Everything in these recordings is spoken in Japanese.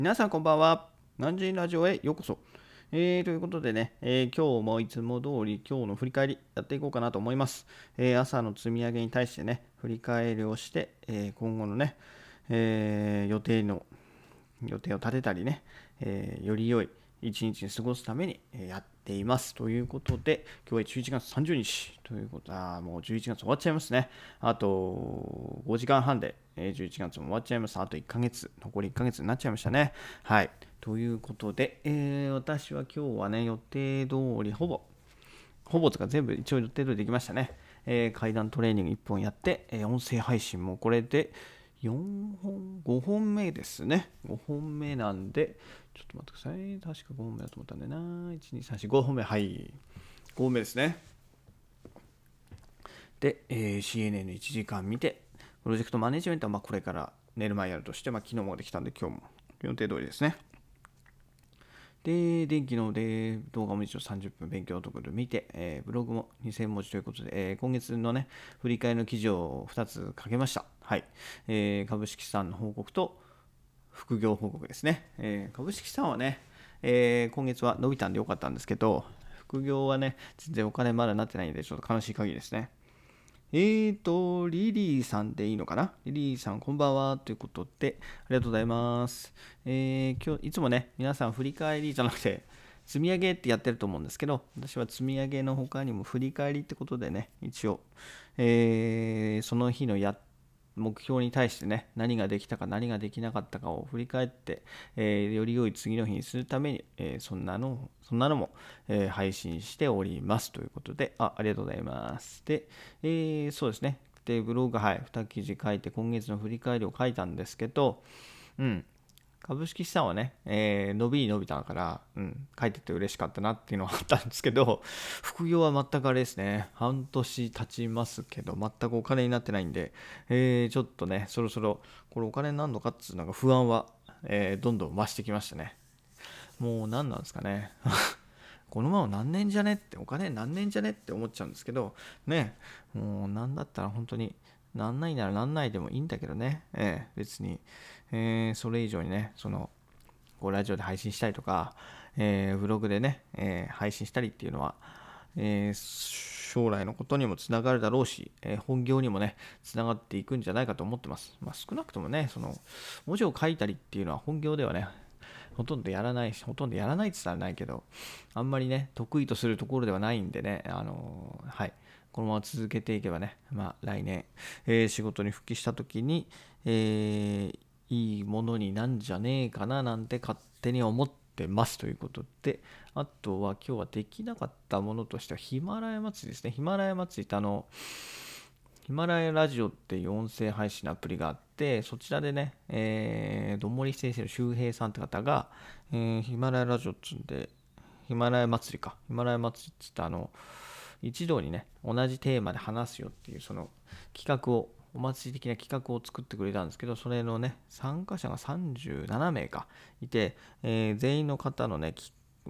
皆さんこんばんは。南人ラジオへようこそ。ということでね、今日もいつも通り今日の振り返りやっていこうかなと思います。朝の積み上げに対してね、振り返りをして、今後のね、予定を立てたりね、より良い一日に過ごすためにやっています。ということで、今日は11月30日ということは、もう11月終わっちゃいますね。あと5時間半で11月も終わっちゃいます。あと1ヶ月、残り1ヶ月になっちゃいましたね。はい。ということで、私は今日はね、予定通りほぼとか全部一応予定通りできましたね。階段トレーニング1本やって、音声配信もこれで5本目ですね。5本目なんで、ちょっと待ってください。確か5本目だと思ったんだよな。1、2、3、4、5本目。はい。5本目ですね。で、CNN1 時間見て、プロジェクトマネジメントはこれから寝る前やるとして、昨日もできたんで、今日も予定通りですね。で、電気ので動画も一応30分勉強のところで見て、ブログも2000文字ということで、今月のね、振り返りの記事を2つ書けました。はい。株式資産の報告と副業報告ですね。株式資産はね、今月は伸びたんでよかったんですけど、副業はね、全然お金まだなってないんで、ちょっと悲しい限りですね。リリーさんでいいのかな。リリーさん、こんばんは。ということで、ありがとうございます。今日、いつもね、皆さん振り返りじゃなくて、積み上げってやってると思うんですけど、私は積み上げの他にも振り返りってことでね、一応、その日の目標に対してね、何ができたか何ができなかったかを振り返って、より良い次の日にするために、そんなのも、配信しておりますということで、ありがとうございます。で、そうですね。で、ブログ、はい、2記事書いて、今月の振り返りを書いたんですけど、株式資産はね、伸びたから、書いてて嬉しかったなっていうのはあったんですけど、副業は全くあれですね、半年経ちますけど、全くお金になってないんで、ちょっとね、そろそろこれお金になるのかっていうのが不安は、どんどん増してきましたね。もう何なんですかね。このまま何年じゃねって、お金何年じゃねって思っちゃうんですけど、ね、もうなんだったら本当に、なんないならなんないでもいいんだけどね、別に、それ以上にね、ラジオで配信したりとか、ブログでね、配信したりっていうのは、将来のことにもつながるだろうし、本業にもね、つながっていくんじゃないかと思ってます。少なくともね、文字を書いたりっていうのは本業ではね、ほとんどやらないって言ったらないけど、あんまりね、得意とするところではないんでね、はい、このまま続けていけばね、来年、仕事に復帰した時に、いいものになんじゃねえかななんて勝手に思ってますということで、あとは今日はできなかったものとしてはヒマラヤ祭りですね。ヒマラヤ祭りってヒマラヤラジオっていう音声配信のアプリがあって、そちらでね、どんもり先生の周平さんって方が、ヒマラヤラジオっつうんで、ヒマラヤ祭りか。ヒマラヤ祭りっつって一堂にね、同じテーマで話すよっていうその企画を、お祭り的な企画を作ってくれたんですけど、それのね、参加者が37名かいて、全員の方のね、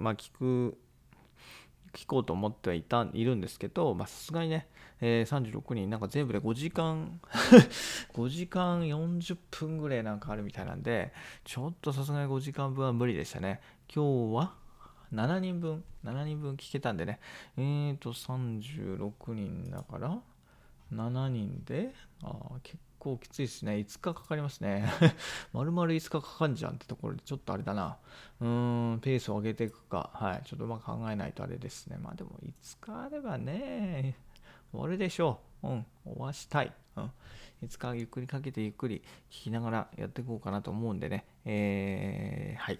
聞こうと思っているんですけど、さすがにね、36人、なんか全部で5時間5時間40分ぐらいなんかあるみたいなんで、ちょっとさすがに5時間分は無理でしたね。今日は7人分聞けたんでね、36人だから、7人で、結構きついですね。5日かかりますね。丸々5日かかんじゃんってところで、ちょっとあれだな。ペースを上げていくか。はい。ちょっと考えないとあれですね。でも5日あればね、終わるでしょう。終わしたい。5日ゆっくりかけてゆっくり聞きながらやっていこうかなと思うんでね。はい。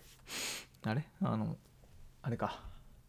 あれか。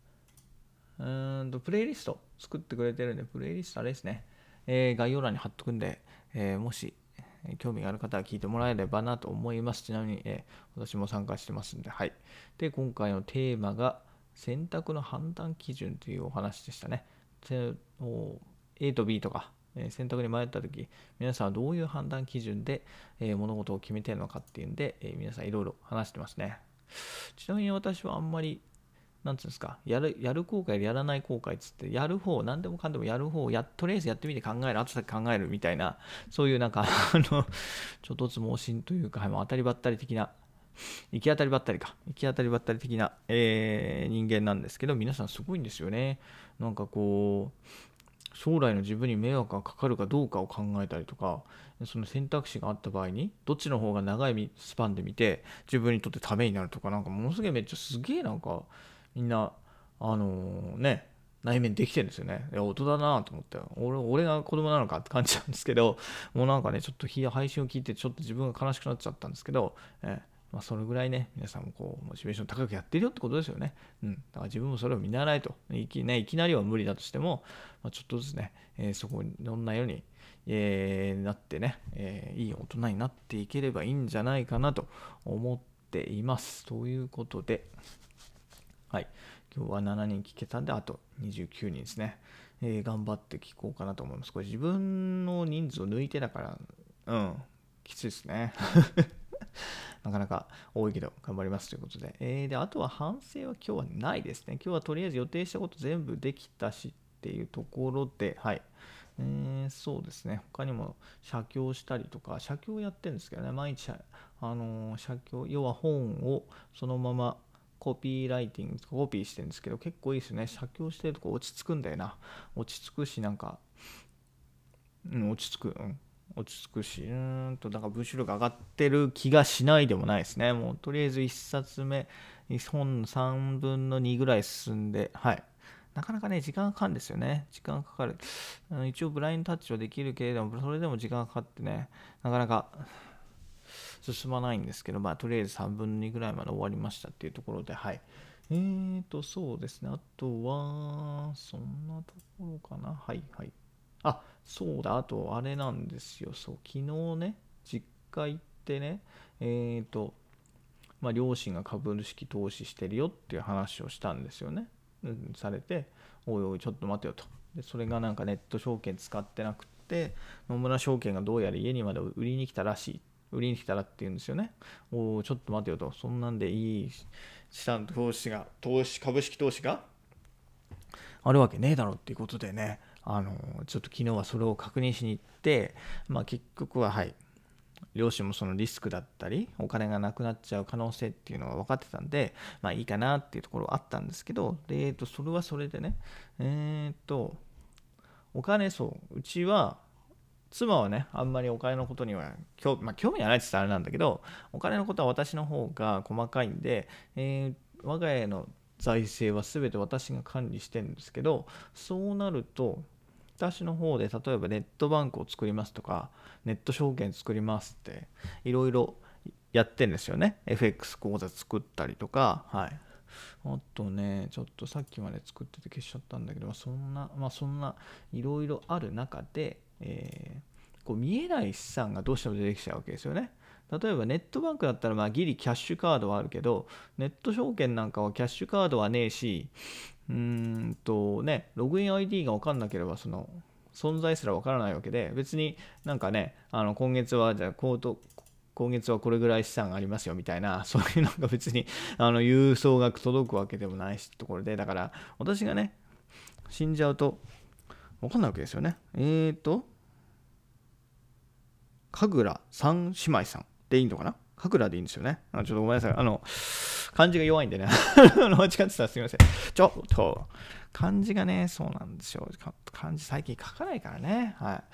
プレイリスト作ってくれてるんで、プレイリストあれですね。概要欄に貼っとくんで、もし興味がある方は聞いてもらえればなと思います。ちなみに、私も参加してますんで、はい。で、今回のテーマが選択の判断基準というお話でしたね。A と B とか、選択に迷ったとき、皆さんはどういう判断基準で、物事を決めているのかっていうんで、皆さんいろいろ話してますね。ちなみに私はあんまりなんていうんですか、やる後悔やらない後悔っつって、やる方、何でもかんでもやる方、とりあえずやってみて考える、後先考えるみたいな、そういうちょっとつ盲信というか、当たりばったり的な行き当たりばったり行き当たりばったり的な、人間なんですけど、皆さんすごいんですよね。なんかこう、将来の自分に迷惑がかかるかどうかを考えたりとか、その選択肢があった場合に、どっちの方が長いスパンで見て、自分にとってためになるとか、なんかものすげえめっちゃすげえなんか、みんな、内面できてるんですよね。いや、大人だなと思って、俺が子供なのかって感じなんですけど、もうなんかね、ちょっと配信を聞いて、ちょっと自分が悲しくなっちゃったんですけど、それぐらいね、皆さんもこう、モチベーション高くやってるよってことですよね。だから自分もそれを見習いと。いきなりは無理だとしても、ちょっとずつね、そこにどんなように、なってね、いい大人になっていければいいんじゃないかなと思っています。ということで、はい。今日は7人聞けたんで、あと29人ですね。頑張って聞こうかなと思います。これ自分の人数を抜いてだから、きついですね。なかなか多いけど頑張りますということで。で、あとは反省は今日はないですね。今日はとりあえず予定したこと全部できたしっていうところで、はい。そうですね。他にも写経したりとか、写経やってるんですけどね、毎日、写経、要は本をそのままコピーライティング、コピーしてるんですけど、結構いいですね。写経してるとこ落ち着くんだよな。落ち着くし、なんか、落ち着く。落ち着くし、なんか文章力上がってる気がしないでもないですね。もうとりあえず1冊目、本3分の2ぐらい進んで、はい。なかなかね、時間かかるんですよね。時間かかる。一応ブラインドタッチはできるけれども、それでも時間かかってね、なかなか進まないんですけど、とりあえず3分の2ぐらいまで終わりましたっていうところで、はい。そうですね。あとは、そんなところかな。はい、はい。そうだ、あと、あれなんですよ。そう、昨日ね、実家行ってね、両親が株式投資してるよっていう話をしたんですよね。されて、おいおい、ちょっと待てよと。で、それがなんかネット証券使ってなくて、野村証券がどうやら家にまで売りに来たらしい。売りに来たらって言うんですよね。ちょっと待てよと。そんなんでいい資産株式投資があるわけねえだろっていうことでね、ちょっと昨日はそれを確認しに行って、結局ははい、両親もそのリスクだったり、お金がなくなっちゃう可能性っていうのが分かってたんで、いいかなっていうところはあったんですけど、で、それはそれでね、お金、うちは、妻はね、あんまりお金のことには興味はないって言ったらあれなんだけど、お金のことは私の方が細かいんで、我が家の財政は全て私が管理してるんですけど、そうなると、私の方で例えばネットバンクを作りますとか、ネット証券作りますって、いろいろやってるんですよね。FX 口座作ったりとか、はい。あとね、ちょっとさっきまで作ってて消しちゃったんだけど、そんないろいろある中で、こう見えない資産がどうしても出てきちゃうわけですよね。例えばネットバンクだったらギリキャッシュカードはあるけど、ネット証券なんかはキャッシュカードはねえし、ログイン ID が分かんなければその存在すら分からないわけで、別になんかね、今月はじゃあ今月はこれぐらい資産がありますよみたいな、そういうのが別に郵送額届くわけでもないしってところで、だから私がね、死んじゃうと分かんないわけですよね。神楽三姉妹さんでいいのかな、神楽でいいんですよね。ちょっとごめんなさい。漢字が弱いんでね。間違ってたらすみません。ちょっと、漢字がね、そうなんですよ。漢字最近書かないからね。はい。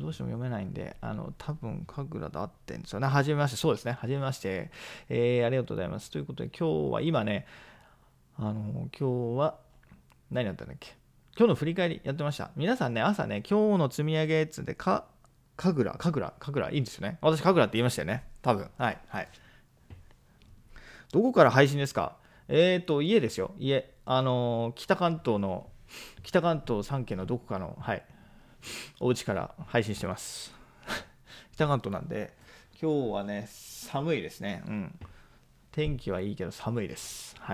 どうしても読めないんで、多分、神楽で合ってんですよね。はじめまして。そうですね。はじめまして。ありがとうございます。ということで、今日は今ね、今日は、何やったんだっけ。今日の振り返りやってました。皆さんね、朝ね、今日の積み上げつで、神楽、いいんですよね。私、神楽って言いましたよね。多分。はい。はい。どこから配信ですか？家ですよ。家。北関東3県のどこかの、はい、お家から配信してます。北関東なんで、今日はね、寒いですね。天気はいいけど寒いです。はい。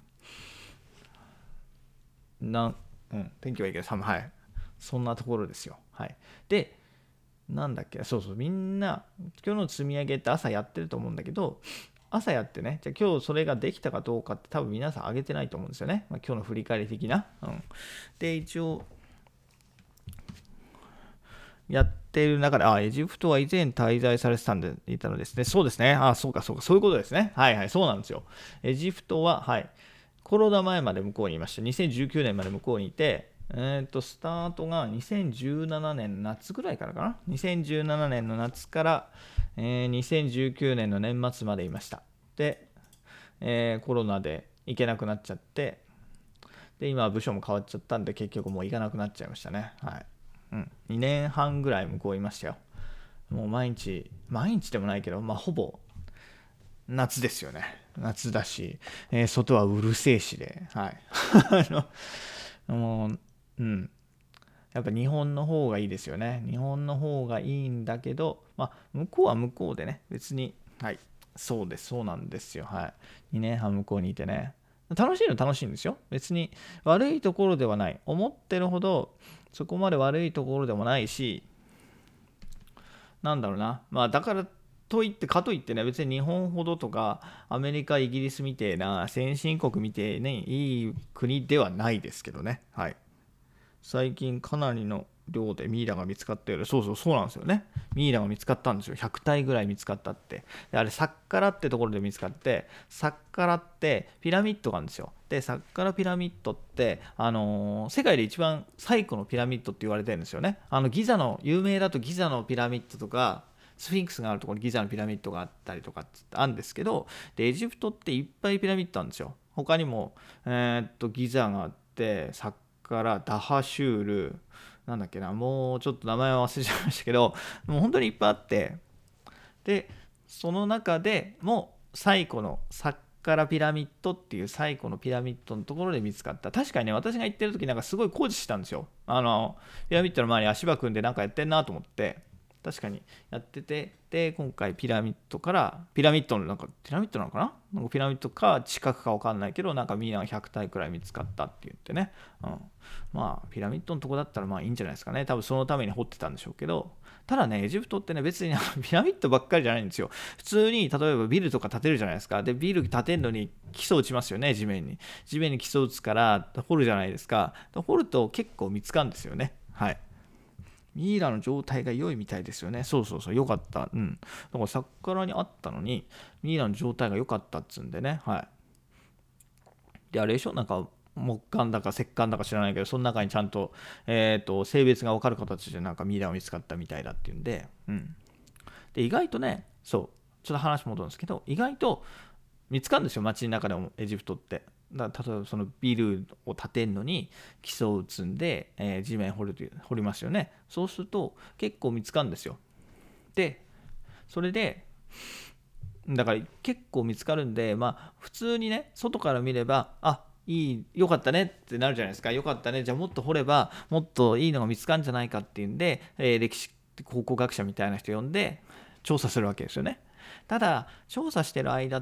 天気はいいけど寒い。はい。そんなところですよ。はい。で、なんだっけ、みんな、今日の積み上げって朝やってると思うんだけど、朝やってね、じゃあ今日それができたかどうかって多分皆さん上げてないと思うんですよね。今日の振り返り的な。で、一応、やっている中で、エジプトは以前滞在されてたんでいたのですね。そうですね。そうか、そうか、そういうことですね。はいはい、そうなんですよ。エジプトは、はい、コロナ前まで向こうにいました。2019年まで向こうにいて、スタートが2017年夏ぐらいからかな。2017年の夏から、2019年の年末までいました。で、コロナで行けなくなっちゃって、で、今は部署も変わっちゃったんで、結局もう行かなくなっちゃいましたね。はい。2年半ぐらい向こういましたよ。もう毎日でもないけど、ほぼ夏ですよね。夏だし、外はうるせえしで、はい。もう、やっぱ日本の方がいいですよね。日本の方がいいんだけど、向こうは向こうでね、別に、はい、そうです、そうなんですよ。はい。2年半向こうにいてね、楽しいの楽しいんですよ。別に悪いところではない。思ってるほど、そこまで悪いところでもないし、なんだろうな。だからといって、かといってね、別に日本ほどとか、アメリカ、イギリスみてえな、先進国みてえね、いい国ではないですけどね。はい。最近かなりの量でミイラが見つかっている。そうなんですよね。ミイラが見つかったんですよ。100体ぐらい見つかったって。で、あれ、サッカラってところで見つかって、サッカラってピラミッドがあるんですよ。で、サッカラピラミッドって、世界で一番最古のピラミッドって言われてるんですよね。ギザの、有名だとギザのピラミッドとか、スフィンクスがあるところにギザのピラミッドがあったりとかってあるんですけど、で、エジプトっていっぱいピラミッドあるんですよ。他にも、ギザがあって、サッからダハシュール、なんだっけな、もうちょっと名前は忘れちゃいましたけど、もう本当にいっぱいあって、で、その中でも最古のサッカラピラミッドっていう最古のピラミッドのところで見つかった。確かにね、私が行ってる時なんかすごい工事したんですよ。ピラミッドの周りに足場組んでなんかやってんなと思って、確かにやってて、で、今回ピラミッドから、ピラミッドのなんか、ピラミッドなのかな、なんかピラミッドか近くか分かんないけど、なんかミイラが100体くらい見つかったって言ってね。ピラミッドのとこだったらいいんじゃないですかね。多分そのために掘ってたんでしょうけど、ただね、エジプトってね、別にピラミッドばっかりじゃないんですよ。普通に、例えばビルとか建てるじゃないですか。で、ビル建てるのに基礎打ちますよね、地面に。地面に基礎打つから掘るじゃないですか。掘ると結構見つかるんですよね。はい。ミイラの状態が良いみたいですよね。そう、良かった。だからサッカラにあったのに、ミイラの状態が良かったっつうんでね。はい。で、あれでしょ、なんか、木管だか石棺だか知らないけど、その中にちゃんと、性別が分かる形でなんかミイラが見つかったみたいだっていうんで、で、意外とね、ちょっと話戻るんですけど、意外と見つかるんですよ、街の中でもエジプトって。例えばそのビルを建てるのに基礎を打つんで、地面掘りますよね。そうすると結構見つかるんですよ。で、それで、だから結構見つかるんで、普通にね、外から見れば、よかったねってなるじゃないですか。よかったね。じゃあもっと掘れば、もっといいのが見つかるんじゃないかっていうんで、歴史考古学者みたいな人呼んで調査するわけですよね。ただ、調査してる間って、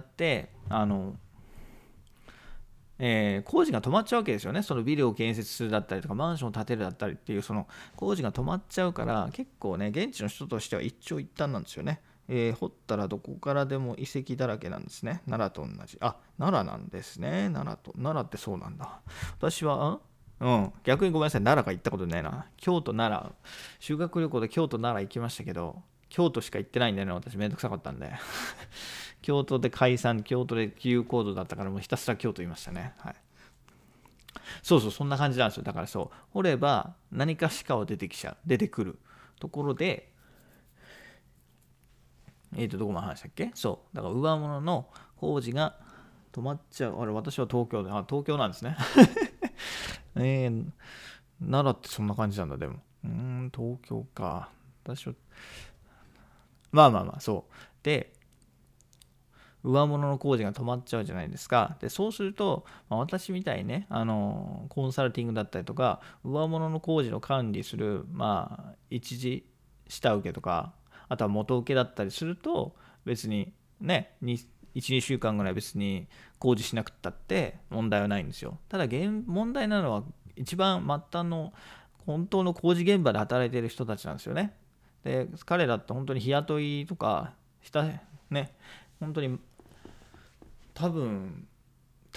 工事が止まっちゃうわけですよね。そのビルを建設するだったりとか、マンションを建てるだったりっていう、その工事が止まっちゃうから、結構ね、現地の人としては一長一短なんですよね。掘ったらどこからでも遺跡だらけなんですね。奈良と同じ。奈良なんですね。奈良ってそうなんだ。私は、逆にごめんなさい。奈良が行ったことないな。京都、奈良。修学旅行で京都、奈良行きましたけど、京都しか行ってないんだよね。私めんどくさかったんで。京都で解散、京都で休校度だったからもうひたすら京都いましたね。はい。そんな感じなんですよ。だから掘れば何かしかは出てくるところで、どこまで話したっけ。だから上物の工事が止まっちゃう。私は東京で、東京なんですね。奈良ってそんな感じなんだ、でも。東京か。私は、そう。で、上物の工事が止まっちゃうじゃないですか。で、そうすると、私みたいにね、コンサルティングだったりとか、上物の工事の管理する、一時下請けとか、あとは元請けだったりすると、別にね、1、2週間ぐらい別に工事しなくったって問題はないんですよ。ただ、問題なのは、一番末端の本当の工事現場で働いている人たちなんですよね。で、彼らって本当に日雇いとか、本当に多分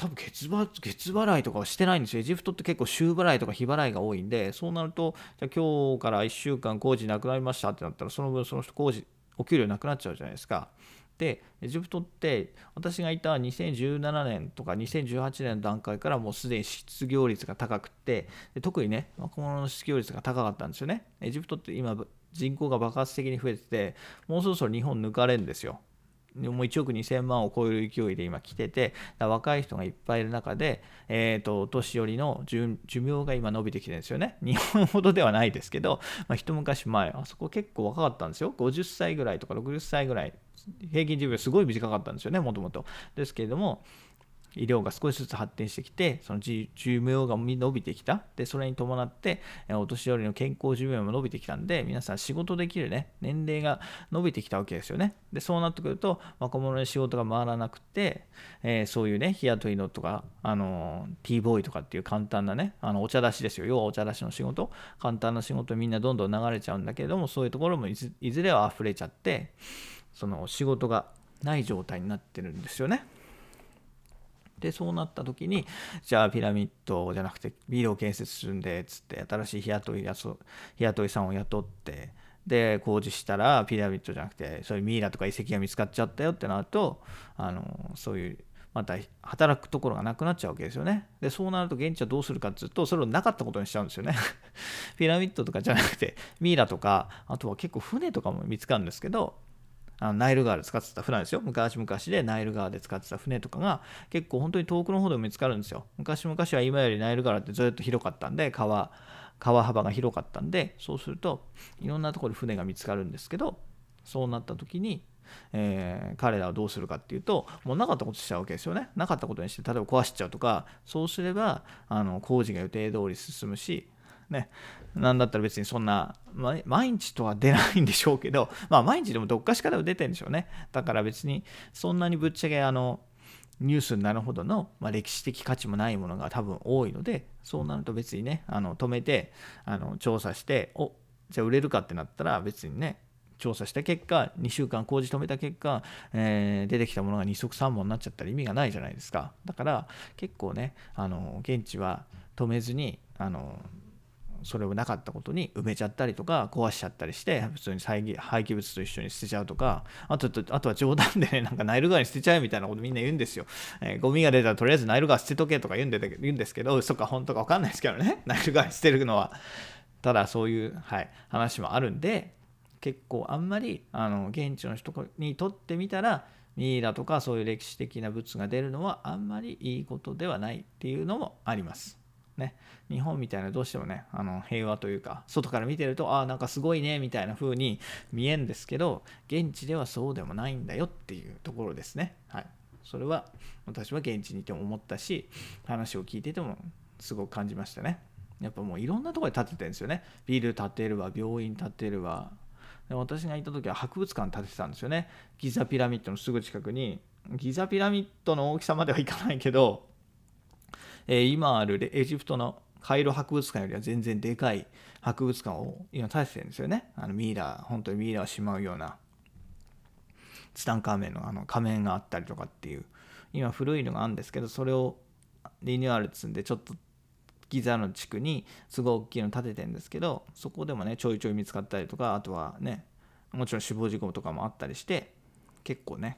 多分月払いとかはしてないんですよ。エジプトって結構週払いとか日払いが多いんで、そうなると、じゃあ今日から1週間工事なくなりましたってなったら、その分その人お給料なくなっちゃうじゃないですか。で、エジプトって私がいた2017年とか2018年の段階からもうすでに失業率が高くて、で特にね、若者の失業率が高かったんですよね。エジプトって今人口が爆発的に増えてて、もうそろそろ日本抜かれるんですよ。もう1億2000万を超える勢いで今来てて、若い人がいっぱいいる中で、お年寄りの寿命が今伸びてきてるんですよね。日本ほどではないですけど、一昔前、あそこ結構若かったんですよ。50歳ぐらいとか60歳ぐらい、平均寿命すごい短かったんですよね、もともと。ですけれども、医療が少しずつ発展してきて、その寿命が伸びてきた。で、それに伴って、お年寄りの健康寿命も伸びてきたんで、皆さん仕事できるね、年齢が伸びてきたわけですよね。で、そうなってくると、若者に仕事が回らなくて、そういうね、日雇いのとか、ティーボーイとかっていう簡単なね、お茶出しですよ。要はお茶出しの仕事、簡単な仕事みんなどんどん流れちゃうんだけれども、そういうところもいずれは溢れちゃって、その仕事がない状態になってるんですよね。でそうなった時に、じゃあピラミッドじゃなくてビルを建設するんでっつって新しい日雇いさんを雇って、で工事したらピラミッドじゃなくてそういうミイラとか遺跡が見つかっちゃったよってなると、そういうまた働くところがなくなっちゃうわけですよね。でそうなると現地はどうするかっていうと、それをなかったことにしちゃうんですよね。ピラミッドとかじゃなくてミイラとか、あとは結構船とかも見つかるんですけど、ナイル川で使ってた船ですよ。昔々でナイル川で使ってた船とかが結構本当に遠くの方でも見つかるんですよ。昔々は今よりナイル川ってずっと広かったんで、川幅が広かったんで、そうするといろんなところで船が見つかるんですけど、そうなった時に、彼らはどうするかっていうと、もうなかったことしちゃうわけですよね。なかったことにして例えば壊しちゃうとか、そうすれば工事が予定通り進むしね、なんだったら別にそんな、毎日とは出ないんでしょうけど、毎日でもどっかしかでも出てるんでしょうね。だから別にそんなにぶっちゃけニュースになるほどの、歴史的価値もないものが多分多いので、そうなると別にね、止めて調査して、じゃあ売れるかってなったら別にね、調査した結果、2週間工事止めた結果、出てきたものが2足3本になっちゃったら意味がないじゃないですか。だから結構ね、現地は止めずにそれをなかったことに埋めちゃったりとか壊しちゃったりして、普通に廃棄物と一緒に捨てちゃうとか、あとは冗談でね、なんかナイル川に捨てちゃえみたいなことみんな言うんですよ。ゴミが出たらとりあえずナイル川捨てとけとか言うんですけど、嘘か本当か分かんないですけどね、ナイル川に捨てるのは。ただそういう、話もあるんで、結構あんまり現地の人にとってみたらミイラとかそういう歴史的な物が出るのはあんまりいいことではないっていうのもありますね。日本みたいなどうしてもね平和というか、外から見てるとなんかすごいねみたいな風に見えるんですけど、現地ではそうでもないんだよっていうところですね。それは私は現地にいても思ったし、話を聞いててもすごく感じましたね。やっぱもういろんなところで建ててるんですよね。ビル建てるわ、病院建てるわ。で私がいた時は博物館建ててたんですよね。ギザピラミッドのすぐ近くに。ギザピラミッドの大きさまではいかないけど、今あるエジプトのカイロ博物館よりは全然でかい博物館を今建ててるんですよね。本当にミイラをしまうようなツタンカーメンの仮面があったりとかっていう、今古いのがあるんですけど、それをリニューアル積んでちょっとギザの地区にすごい大きいの建ててるんですけど、そこでもねちょいちょい見つかったりとか、あとはねもちろん死亡事故とかもあったりして、結構ね、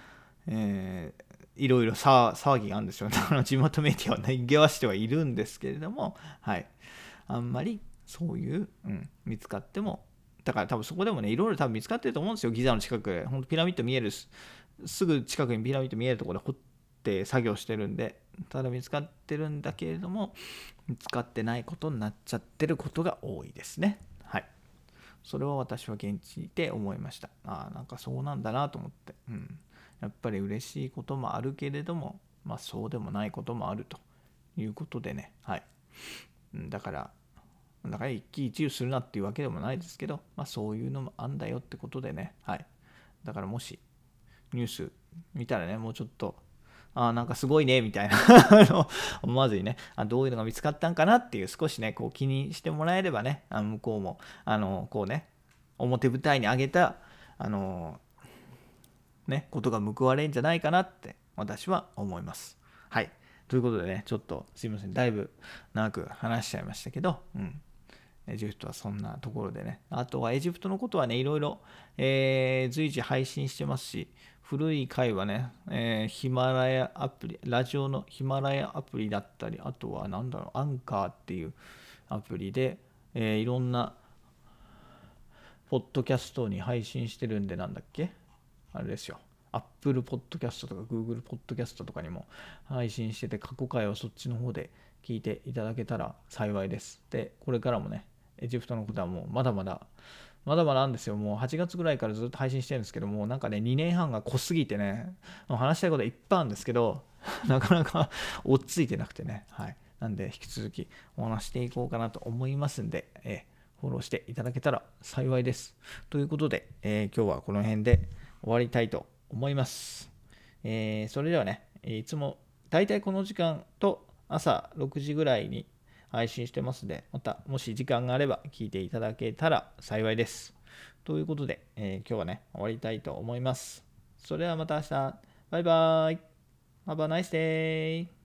いろいろ騒ぎがあるんですよね。地元メディアはねげわしてはいるんですけれども、あんまりそういう、見つかっても、だから多分そこでもねいろいろ多分見つかってると思うんですよ。ギザの近くで本当ピラミッド見える、すぐ近くにピラミッド見えるところで掘って作業してるんで、ただ見つかってるんだけれども見つかってないことになっちゃってることが多いですね。それは私は現地にいて思いました。なんかそうなんだなと思って、やっぱり嬉しいこともあるけれども、そうでもないこともあるということでね、だから一喜一憂するなっていうわけでもないですけど、そういうのもあんだよってことでね、だからもしニュース見たらね、もうちょっとなんかすごいねみたいな思わずにね、どういうのが見つかったんかなっていう少しねこう気にしてもらえればね、向こうもこうね表舞台に上げたことが報われるんじゃないかなって私は思います。 ということでね、ちょっとすいません、だいぶ長く話しちゃいましたけど、エジプトはそんなところでね、あとはエジプトのことはね、いろいろ、随時配信してますし、古い回はね、ヒマラヤアプリ、ラジオのヒマラヤアプリだったり、あとはなんだろう、アンカーっていうアプリで、いろんなポッドキャストに配信してるんで、なんだっけあれですよ。Apple Podcast とか Google Podcast とかにも配信してて、過去回をそっちの方で聞いていただけたら幸いです。で、これからもね、エジプトのことはもうまだまだなんですよ。もう8月ぐらいからずっと配信してるんですけども、なんかね、2年半が濃すぎてね、話したいことはいっぱいあるんですけど、なかなか落ち着いてなくてね、はい。なんで、引き続きお話していこうかなと思いますんで、フォローしていただけたら幸いです。ということで、今日はこの辺で終わりたいと思います。それではね、いつも大体この時間と朝6時ぐらいに配信してますので、またもし時間があれば聞いていただけたら幸いです。ということで、今日はね、終わりたいと思います。それではまた明日。バイバイ。Have a nice day.